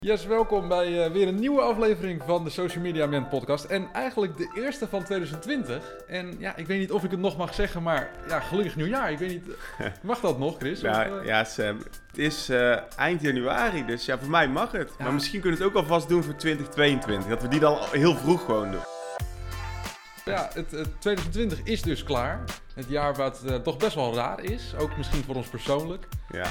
Yes, welkom bij weer een nieuwe aflevering van de Social Media Man podcast. En eigenlijk de eerste van 2020. En ja, ik weet niet of ik het nog mag zeggen, maar ja, gelukkig nieuwjaar. Ik weet niet, mag dat nog, Chris? Ja, Sam, het is eind januari, dus ja, voor mij mag het. Ja. Maar misschien kunnen we het ook alvast doen voor 2022, dat we die dan heel vroeg gewoon doen. Ja, het 2020 is dus klaar. Het jaar wat toch best wel raar is, ook misschien voor ons persoonlijk. Ja.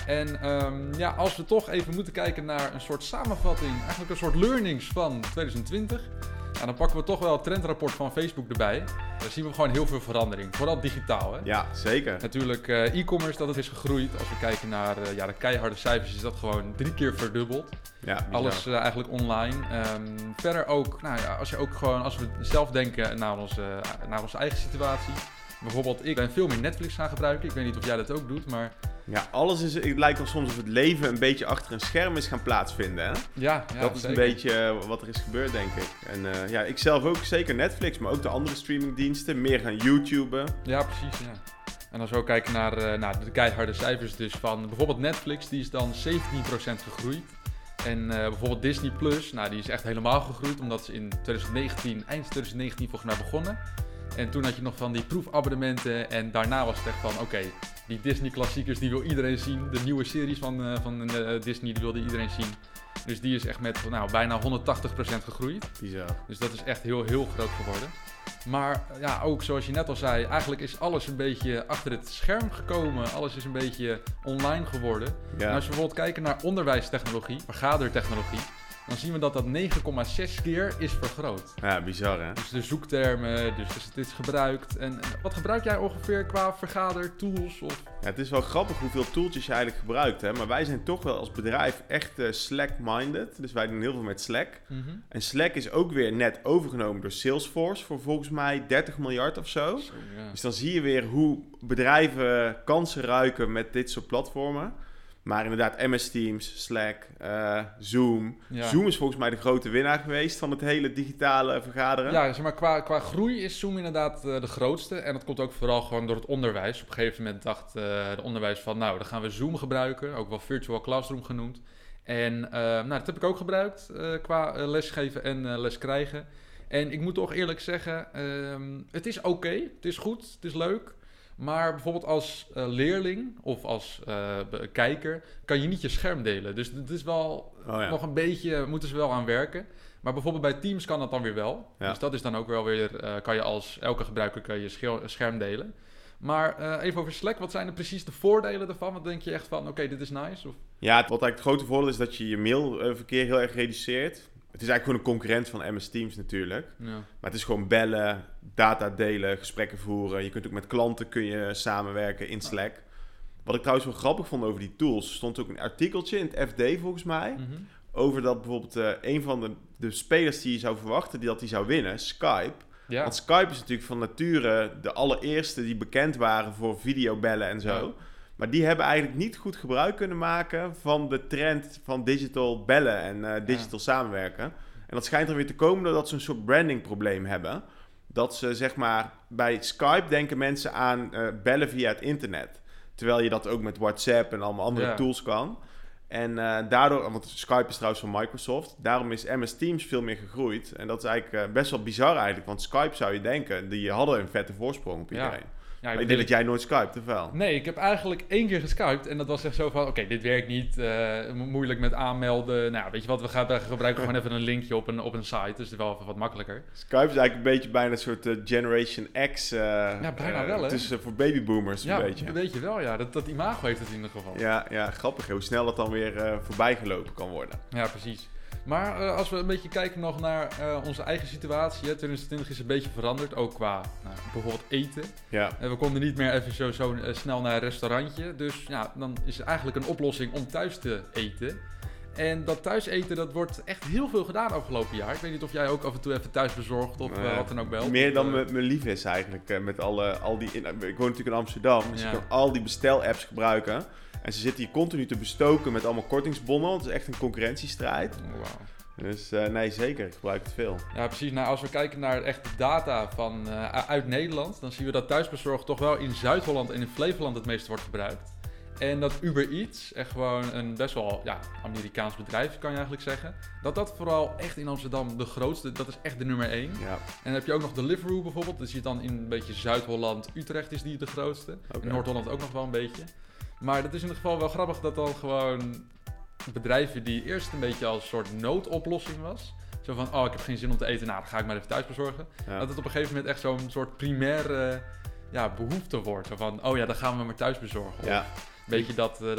En ja, als we toch even moeten kijken naar een soort samenvatting, eigenlijk een soort learnings van 2020... Ja, dan pakken we toch wel het trendrapport van Facebook erbij. Daar zien we gewoon heel veel verandering, vooral digitaal, hè? Ja, zeker. Natuurlijk e-commerce, dat het is gegroeid. Als we kijken naar de keiharde cijfers, is dat gewoon 3 keer verdubbeld. Ja, bizar. Alles eigenlijk online. Verder ook, nou ja, als we zelf denken naar onze eigen situatie. Bijvoorbeeld, ik ben veel meer Netflix gaan gebruiken. Ik weet niet of jij dat ook doet, maar... Ja, het lijkt wel soms of het leven een beetje achter een scherm is gaan plaatsvinden, hè? Ja, dat is zeker. een beetje wat er is gebeurd, denk ik. En ja, ik zelf ook zeker Netflix, maar ook de andere streamingdiensten. Meer gaan YouTuben. Ja, precies, ja. En als we ook kijken naar de keiharde cijfers dus van bijvoorbeeld Netflix, die is dan 17% gegroeid. En bijvoorbeeld Disney Plus, nou die is echt helemaal gegroeid, omdat ze in eind 2019 volgens mij begonnen. En toen had je nog van die proefabonnementen en daarna was het echt van oké, die Disney klassiekers die wil iedereen zien. De nieuwe series van Disney die wilde iedereen zien. Dus die is echt met bijna 180% gegroeid. Bizar. Dus dat is echt heel, heel groot geworden. Maar ja, ook zoals je net al zei, eigenlijk is alles een beetje achter het scherm gekomen. Alles is een beetje online geworden. Ja. En als we bijvoorbeeld kijken naar onderwijstechnologie, vergadertechnologie, dan zien we dat dat 9,6 keer is vergroot. Ja, bizar, hè? Dus de zoektermen, dus het is gebruikt. En wat gebruik jij ongeveer qua vergadertools? Of... Ja, het is wel grappig hoeveel tooltjes je eigenlijk gebruikt, hè? Maar wij zijn toch wel als bedrijf echt Slack-minded. Dus wij doen heel veel met Slack. Mm-hmm. En Slack is ook weer net overgenomen door Salesforce voor volgens mij 30 miljard of zo. Zo, ja. Dus dan zie je weer hoe bedrijven kansen ruiken met dit soort platformen. Maar inderdaad, MS Teams, Slack, Zoom. Ja. Zoom is volgens mij de grote winnaar geweest van het hele digitale vergaderen. Ja, zeg maar qua groei is Zoom inderdaad de grootste. En dat komt ook vooral gewoon door het onderwijs. Op een gegeven moment dacht de onderwijs van, dan gaan we Zoom gebruiken. Ook wel Virtual Classroom genoemd. En dat heb ik ook gebruikt qua lesgeven en les krijgen. En ik moet toch eerlijk zeggen, het is oké, het is goed, het is leuk. Maar bijvoorbeeld als leerling of als kijker kan je niet je scherm delen. Dus het is wel nog een beetje, moeten ze wel aan werken. Maar bijvoorbeeld bij Teams kan dat dan weer wel. Ja. Dus dat is dan ook wel weer, kan je als elke gebruiker kan je scherm delen. Maar even over Slack, wat zijn er precies de voordelen daarvan? Wat denk je echt van, oké, dit is nice? Of... Ja, wat eigenlijk het grote voordeel is dat je je mailverkeer heel erg reduceert. Het is eigenlijk gewoon een concurrent van MS Teams natuurlijk. Ja. Maar het is gewoon bellen, data delen, gesprekken voeren. Je kunt ook met klanten samenwerken in Slack. Wat ik trouwens wel grappig vond over die tools, stond ook een artikeltje in het FD volgens mij. Mm-hmm. Over dat bijvoorbeeld een van de spelers die je zou verwachten, die zou winnen, Skype. Ja. Want Skype is natuurlijk van nature de allereerste die bekend waren voor videobellen en zo. Ja. Maar die hebben eigenlijk niet goed gebruik kunnen maken van de trend van digital bellen en digital samenwerken. En dat schijnt er weer te komen doordat ze een soort branding probleem hebben. Dat ze zeg maar, bij Skype denken mensen aan bellen via het internet. Terwijl je dat ook met WhatsApp en allemaal andere tools kan. En daardoor, want Skype is trouwens van Microsoft, daarom is MS Teams veel meer gegroeid. En dat is eigenlijk best wel bizar eigenlijk, want Skype zou je denken, die hadden een vette voorsprong op iedereen. Ja, maar ik denk dat jij nooit Skypt, of wel? Nee, ik heb eigenlijk 1 keer geskypt en dat was echt zo van, oké, dit werkt niet, moeilijk met aanmelden. Nou, weet je wat, we gebruiken gewoon even een linkje op een site, dus het is wel even wat makkelijker. Skype is eigenlijk een beetje bijna een soort Generation X. Bijna wel, hè? Tussen voor babyboomers een beetje. Ja, een beetje wel, ja. Dat imago heeft het in ieder geval. Ja, grappig hoe snel dat dan weer voorbij gelopen kan worden. Ja, precies. Maar als we een beetje kijken nog naar onze eigen situatie, 2020 is een beetje veranderd, ook qua bijvoorbeeld eten. Ja. We konden niet meer even zo snel naar een restaurantje, dus ja, dan is er eigenlijk een oplossing om thuis te eten. En dat thuis eten, dat wordt echt heel veel gedaan afgelopen jaar. Ik weet niet of jij ook af en toe even thuis bezorgd of wat dan ook wel. Meer dan mijn lief is eigenlijk, met al die... ik woon natuurlijk in Amsterdam, dus ik kan al die bestel-apps gebruiken. En ze zitten hier continu te bestoken met allemaal kortingsbonnen. Het is echt een concurrentiestrijd. Wow. Dus nee, zeker. Ik gebruik het veel. Ja, precies. Nou, als we kijken naar echt de data uit Nederland, dan zien we dat thuisbezorgd toch wel in Zuid-Holland en in Flevoland het meest wordt gebruikt. En dat Uber Eats, echt gewoon een best wel Amerikaans bedrijf, kan je eigenlijk zeggen. Dat vooral echt in Amsterdam de grootste, dat is echt de nummer 1. Ja. En dan heb je ook nog Deliveroo bijvoorbeeld. Dus je ziet dan in een beetje Zuid-Holland, Utrecht is die de grootste. Okay. In Noord-Holland ook nog wel een beetje. Maar dat is in ieder geval wel grappig dat dan gewoon bedrijven die eerst een beetje als een soort noodoplossing was. Zo van, ik heb geen zin om te eten, nou dan ga ik maar even thuis bezorgen. Ja. Dat het op een gegeven moment echt zo'n soort primaire behoefte wordt. Zo van, dan gaan we maar thuis bezorgen. Ja. Een beetje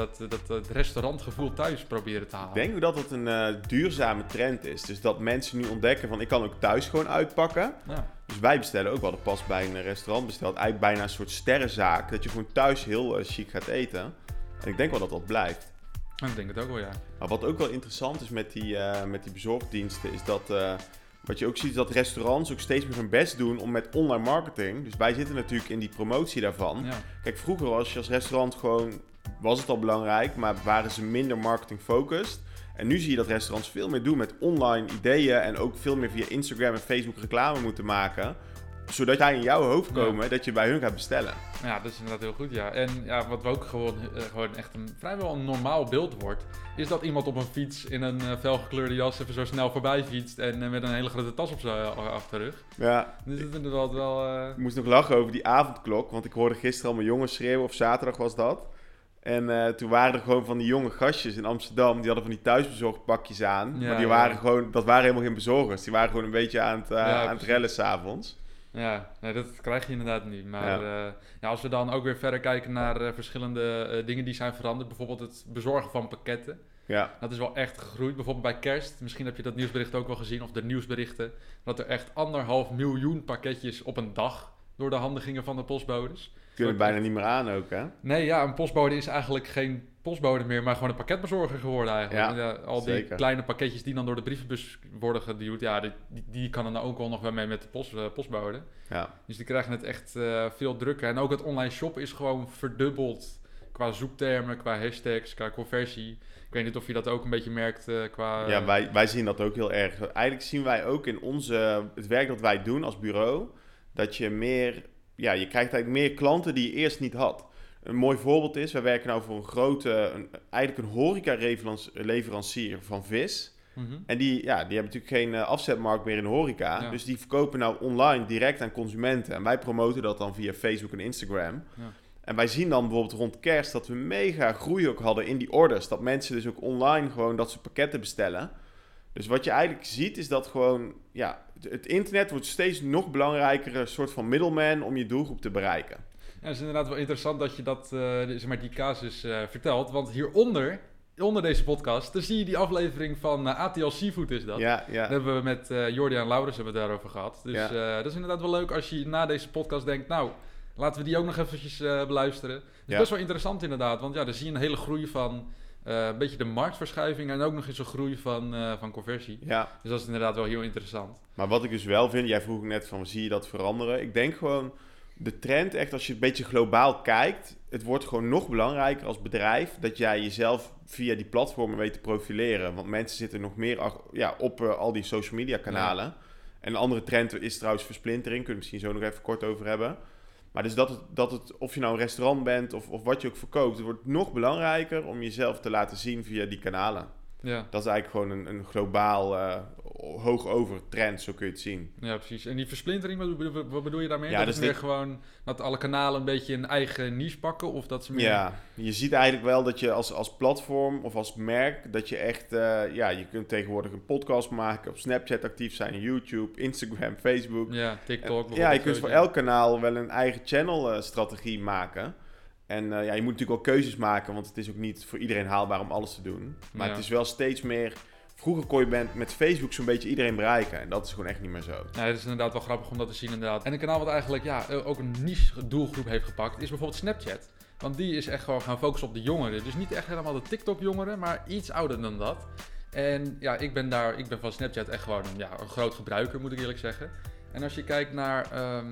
dat restaurantgevoel thuis proberen te halen. Ik denk ook dat het een duurzame trend is. Dus dat mensen nu ontdekken van, ik kan ook thuis gewoon uitpakken. Ja. Dus wij bestellen ook wel de pas bij een restaurant besteld. Eigenlijk bijna een soort sterrenzaak. Dat je gewoon thuis heel chic gaat eten. En ik denk wel dat dat blijft. Ik denk het ook wel, ja. Maar wat ook wel interessant is met die bezorgdiensten, is dat wat je ook ziet is dat restaurants ook steeds meer hun best doen om met online marketing. Dus wij zitten natuurlijk in die promotie daarvan. Ja. Kijk, vroeger was je als restaurant gewoon, was het al belangrijk, maar waren ze minder marketing focused. En nu zie je dat restaurants veel meer doen met online ideeën en ook veel meer via Instagram en Facebook reclame moeten maken. Zodat jij in jouw hoofd komen dat je bij hun gaat bestellen. Ja, dat is inderdaad heel goed, ja. En wat ook gewoon echt vrijwel een normaal beeld wordt, is dat iemand op een fiets in een felgekleurde jas even zo snel voorbij fietst en met een hele grote tas op zijn achterrug. Ja. Dus dat is inderdaad wel... Ik moest nog lachen over die avondklok, want ik hoorde gisteren allemaal jongens schreeuwen, of zaterdag was dat. En toen waren er gewoon van die jonge gastjes in Amsterdam, die hadden van die thuisbezorgpakjes aan. Ja, maar die waren dat waren helemaal geen bezorgers. Die waren gewoon een beetje aan het rellen 's avonds. Ja, nee, dat krijg je inderdaad niet. Maar als we dan ook weer verder kijken naar verschillende dingen die zijn veranderd. Bijvoorbeeld het bezorgen van pakketten. Ja. Dat is wel echt gegroeid. Bijvoorbeeld bij kerst. Misschien heb je dat nieuwsbericht ook wel gezien. Of de nieuwsberichten. Dat er echt 1,5 miljoen pakketjes op een dag door de handen gingen van de postbodes. Kunnen bijna niet meer aan ook, hè? Nee, een postbode is eigenlijk geen postbode meer, maar gewoon een pakketbezorger geworden eigenlijk. Ja, al die kleine pakketjes die dan door de brievenbus worden geduwd, die kan er nou ook wel nog wel mee met de postbode. Ja. Dus die krijgen het echt veel drukker. En ook het online shoppen is gewoon verdubbeld qua zoektermen, qua hashtags, qua conversie. Ik weet niet of je dat ook een beetje merkt qua... Ja, wij zien dat ook heel erg. Eigenlijk zien wij ook in het werk dat wij doen als bureau, dat je meer... Ja, je krijgt eigenlijk meer klanten die je eerst niet had. Een mooi voorbeeld is, wij werken nou voor een grote, eigenlijk een horeca-leverancier van vis. Mm-hmm. En die hebben natuurlijk geen afzetmarkt meer in de horeca. Ja. Dus die verkopen nou online direct aan consumenten. En wij promoten dat dan via Facebook en Instagram. Ja. En wij zien dan bijvoorbeeld rond kerst dat we mega groei ook hadden in die orders. Dat mensen dus ook online gewoon dat soort pakketten bestellen. Dus wat je eigenlijk ziet is dat gewoon... het internet wordt steeds nog belangrijker, een soort van middleman om je doelgroep te bereiken. Ja, het is inderdaad wel interessant dat je die casus vertelt. Want hieronder, onder deze podcast, dan zie je die aflevering van ATL Seafood is dat. Ja. Daar hebben we met Jordi en Laurens hebben we het daarover gehad. Dus dat is inderdaad wel leuk als je na deze podcast denkt, nou, laten we die ook nog eventjes beluisteren. Het is best wel interessant inderdaad, want dan zie je een hele groei van... een beetje de marktverschuiving en ook nog eens een groei van conversie. Ja. Dus dat is inderdaad wel heel interessant. Maar wat ik dus wel vind, jij vroeg net van, zie je dat veranderen? Ik denk gewoon, de trend echt, als je een beetje globaal kijkt, het wordt gewoon nog belangrijker als bedrijf dat jij jezelf via die platformen weet te profileren. Want mensen zitten nog meer op al die social media kanalen. Ja. En een andere trend is trouwens versplintering, kunnen we misschien zo nog even kort over hebben. Maar dus dat het, of je nou een restaurant bent of wat je ook verkoopt, het wordt nog belangrijker om jezelf te laten zien via die kanalen. Ja. Dat is eigenlijk gewoon een globaal hoog over trend, zo kun je het zien. Ja, precies. En die versplintering, wat bedoel je daarmee? Dat is meer gewoon dat alle kanalen een beetje een eigen niche pakken? Of dat ze meer... Ja, je ziet eigenlijk wel dat je als platform of als merk, dat je echt, je kunt tegenwoordig een podcast maken, op Snapchat actief zijn, YouTube, Instagram, Facebook. Ja, TikTok. Je kunt voor elk kanaal wel een eigen channel strategie maken. En je moet natuurlijk wel keuzes maken, want het is ook niet voor iedereen haalbaar om alles te doen. Maar het is wel steeds meer... Vroeger kon je met Facebook zo'n beetje iedereen bereiken. En dat is gewoon echt niet meer zo. Ja, het is inderdaad wel grappig om dat te zien inderdaad. En een kanaal wat eigenlijk ook een niche doelgroep heeft gepakt, is bijvoorbeeld Snapchat. Want die is echt gewoon gaan focussen op de jongeren. Dus niet echt helemaal de TikTok-jongeren, maar iets ouder dan dat. En ik ben van Snapchat echt gewoon een groot gebruiker, moet ik eerlijk zeggen. En als je kijkt naar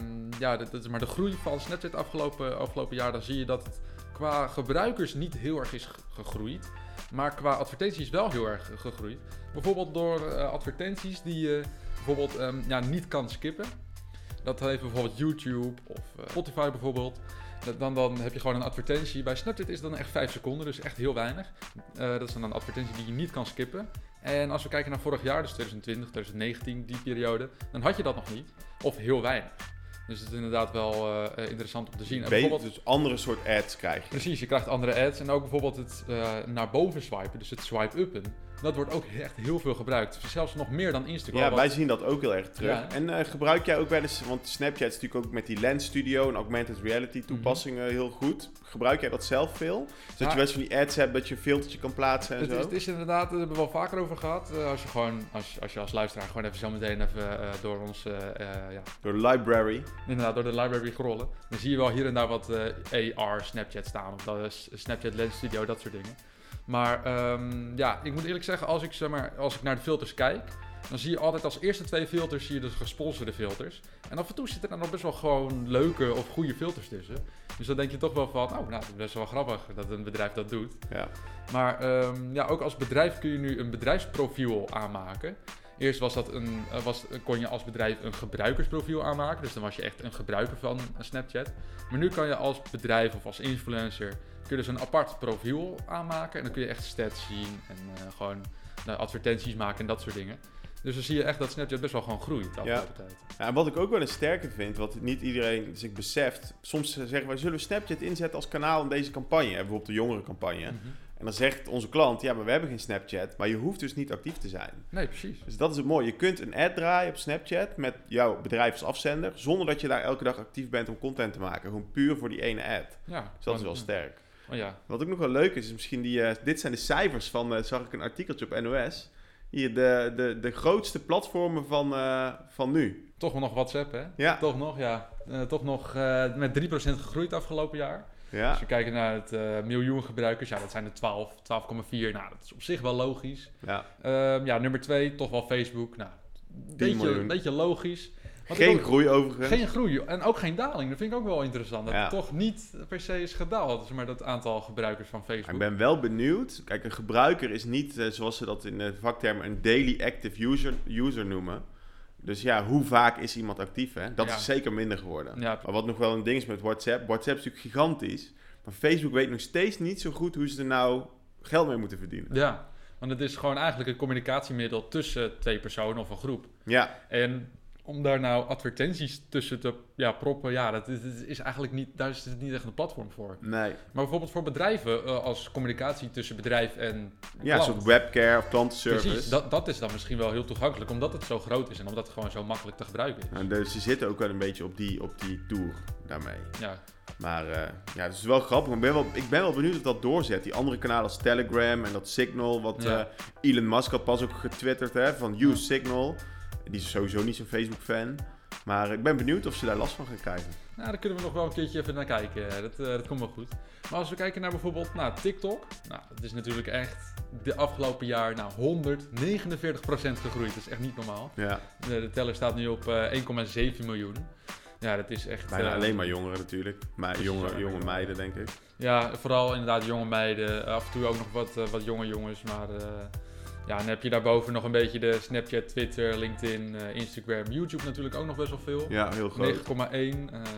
de groei van Snapchat afgelopen jaar, dan zie je dat het qua gebruikers niet heel erg is gegroeid. Maar qua advertenties wel heel erg gegroeid. Bijvoorbeeld door advertenties die je bijvoorbeeld niet kan skippen. Dat heeft bijvoorbeeld YouTube of Spotify bijvoorbeeld. Dan heb je gewoon een advertentie. Bij Snapchat is het dan echt 5 seconden, dus echt heel weinig. Dat is dan een advertentie die je niet kan skippen. En als we kijken naar vorig jaar, dus 2020, 2019, die periode, dan had je dat nog niet. Of heel weinig. Dus het is inderdaad wel interessant om te zien. En bijvoorbeeld dus andere soort ads krijg je. Precies, je krijgt andere ads. En ook bijvoorbeeld het naar boven swipen, dus het swipe-uppen. Dat wordt ook echt heel veel gebruikt. Zelfs nog meer dan Instagram. Ja, wij zien dat ook heel erg terug. Ja. En gebruik jij ook wel eens, want Snapchat is natuurlijk ook met die Lens Studio en augmented reality toepassingen heel goed. Gebruik jij dat zelf veel? Zodat je wel eens van die ads hebt, dat je een filtertje kan plaatsen en zo? Het is inderdaad, daar hebben we wel vaker over gehad. Als je als luisteraar gewoon even zo meteen even door ons... Door de library. Inderdaad, door de library scrollen. Dan zie je wel hier en daar wat AR Snapchat staan. Of dat is Snapchat Lens Studio, dat soort dingen. Maar ik moet eerlijk zeggen, als ik naar de filters kijk, dan zie je altijd als eerste 2 filters zie je dus gesponsorde filters. En af en toe zitten er nog best wel gewoon leuke of goede filters tussen. Dus dan denk je toch wel van, het is best wel grappig dat een bedrijf dat doet. Ja. Maar ook als bedrijf kun je nu een bedrijfsprofiel aanmaken. Eerst kon je als bedrijf een gebruikersprofiel aanmaken. Dus dan was je echt een gebruiker van Snapchat. Maar nu kan je als bedrijf of als influencer kun je dus een apart profiel aanmaken. En dan kun je echt stats zien en gewoon advertenties maken en dat soort dingen. Dus dan zie je echt dat Snapchat best wel gewoon groeit de afgelopen tijd. Ja, en wat ik ook wel eens sterker vind, wat niet iedereen zich beseft. Soms zeggen wij, zullen we Snapchat inzetten als kanaal in deze campagne? Bijvoorbeeld de jongerencampagne. Mm-hmm. En dan zegt onze klant, ja, maar we hebben geen Snapchat. Maar je hoeft dus niet actief te zijn. Nee, precies. Dus dat is het mooie. Je kunt een ad draaien op Snapchat met jouw bedrijf als afzender, zonder dat je daar elke dag actief bent om content te maken. Gewoon puur voor die ene ad. Ja, dus dat is wel sterk. Oh ja. Wat ook nog wel leuk is misschien dit zijn de cijfers van, zag ik een artikeltje op NOS. Hier, de grootste platformen van nu. Toch nog WhatsApp, hè? Ja. Toch nog, ja. Toch nog met 3% gegroeid afgelopen jaar. Ja. Als je kijkt naar het miljoen gebruikers, dat zijn er 12,4. Nou, dat is op zich wel logisch. Ja. Nummer 2, toch wel Facebook. Nou, beetje logisch. Geen groei overigens. Geen groei en ook geen daling. Dat vind ik ook wel interessant. Dat het toch niet per se is gedaald. Maar dat aantal gebruikers van Facebook. Ik ben wel benieuwd. Kijk, een gebruiker is niet, zoals ze dat in de vaktermen, een daily active user noemen. Dus ja, hoe vaak is iemand actief? Hè? Dat is zeker minder geworden. Ja. Maar wat nog wel een ding is met WhatsApp. WhatsApp is natuurlijk gigantisch. Maar Facebook weet nog steeds niet zo goed hoe ze er nou geld mee moeten verdienen. Ja, want het is gewoon eigenlijk een communicatiemiddel tussen 2 personen of een groep. Ja. En om daar nou advertenties tussen te proppen, dat is eigenlijk niet, daar is het niet echt een platform voor. Nee. Maar bijvoorbeeld voor bedrijven, als communicatie tussen bedrijf en klant. Een soort webcare of klantenservice. Precies, dat is dan misschien wel heel toegankelijk, omdat het zo groot is en omdat het gewoon zo makkelijk te gebruiken is. En dus ze zitten ook wel een beetje op die tour daarmee. Ja. Maar het is wel grappig. Ik ben wel benieuwd of dat doorzet. Die andere kanalen als Telegram en dat Signal, wat Elon Musk had pas ook getwitterd, hè, van use Signal. Die is sowieso niet zo'n Facebook-fan. Maar ik ben benieuwd of ze daar last van gaan krijgen. Nou, daar kunnen we nog wel een keertje even naar kijken. Dat komt wel goed. Maar als we kijken naar bijvoorbeeld TikTok. Nou, dat is natuurlijk echt de afgelopen jaar 149% gegroeid. Dat is echt niet normaal. Ja. De teller staat nu op 1,7 miljoen. Ja, dat is echt... Bijna alleen maar jongeren natuurlijk. Maar jonge meiden, denk ik. Ja, vooral inderdaad jonge meiden. Af en toe ook nog wat jonge jongens, maar... dan heb je daarboven nog een beetje de Snapchat, Twitter, LinkedIn, Instagram, YouTube natuurlijk ook nog best wel veel. Ja, heel groot. 9,1.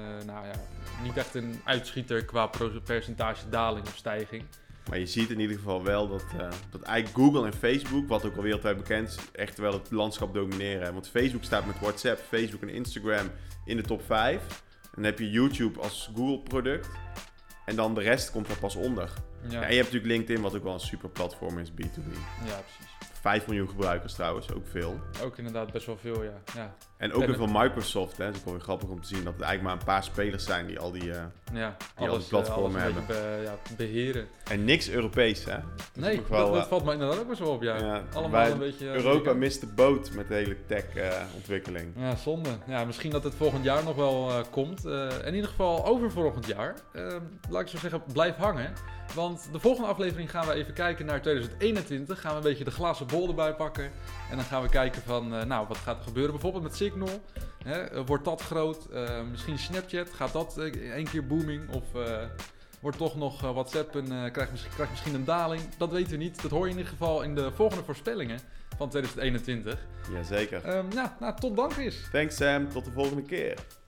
Niet echt een uitschieter qua percentage daling of stijging. Maar je ziet in ieder geval wel dat eigenlijk Google en Facebook, wat ook al wereldwijd bekend is, echt wel het landschap domineren. Want Facebook staat met WhatsApp, Facebook en Instagram in de top 5. En dan heb je YouTube als Google-product. En dan de rest komt er pas onder. Ja. En je hebt natuurlijk LinkedIn, wat ook wel een super platform is, B2B. Ja, precies. 5 miljoen gebruikers trouwens, ook veel. Ook inderdaad best wel veel, ja. En ook weer van Microsoft, hè. Dat is ook wel weer grappig om te zien dat het eigenlijk maar een paar spelers zijn die al die platformen hebben. Beheren. En niks Europees, hè. Nee, dat valt me inderdaad ook best wel op, allemaal een beetje... Europa mist de boot met de hele tech-ontwikkeling. Ja, zonde. Ja, misschien dat het volgend jaar nog wel komt. In ieder geval over volgend jaar. Laat ik zo zeggen, blijf hangen. Want de volgende aflevering gaan we even kijken naar 2021. Gaan we een beetje de glazen bol erbij pakken. En dan gaan we kijken van, wat gaat er gebeuren? Bijvoorbeeld met Signal. Wordt dat groot? Misschien Snapchat. Gaat dat één keer booming? Of wordt toch nog WhatsApp krijgt misschien een daling? Dat weten we niet. Dat hoor je in ieder geval in de volgende voorspellingen van 2021. Jazeker. Tot dan, Chris. Thanks Sam. Tot de volgende keer.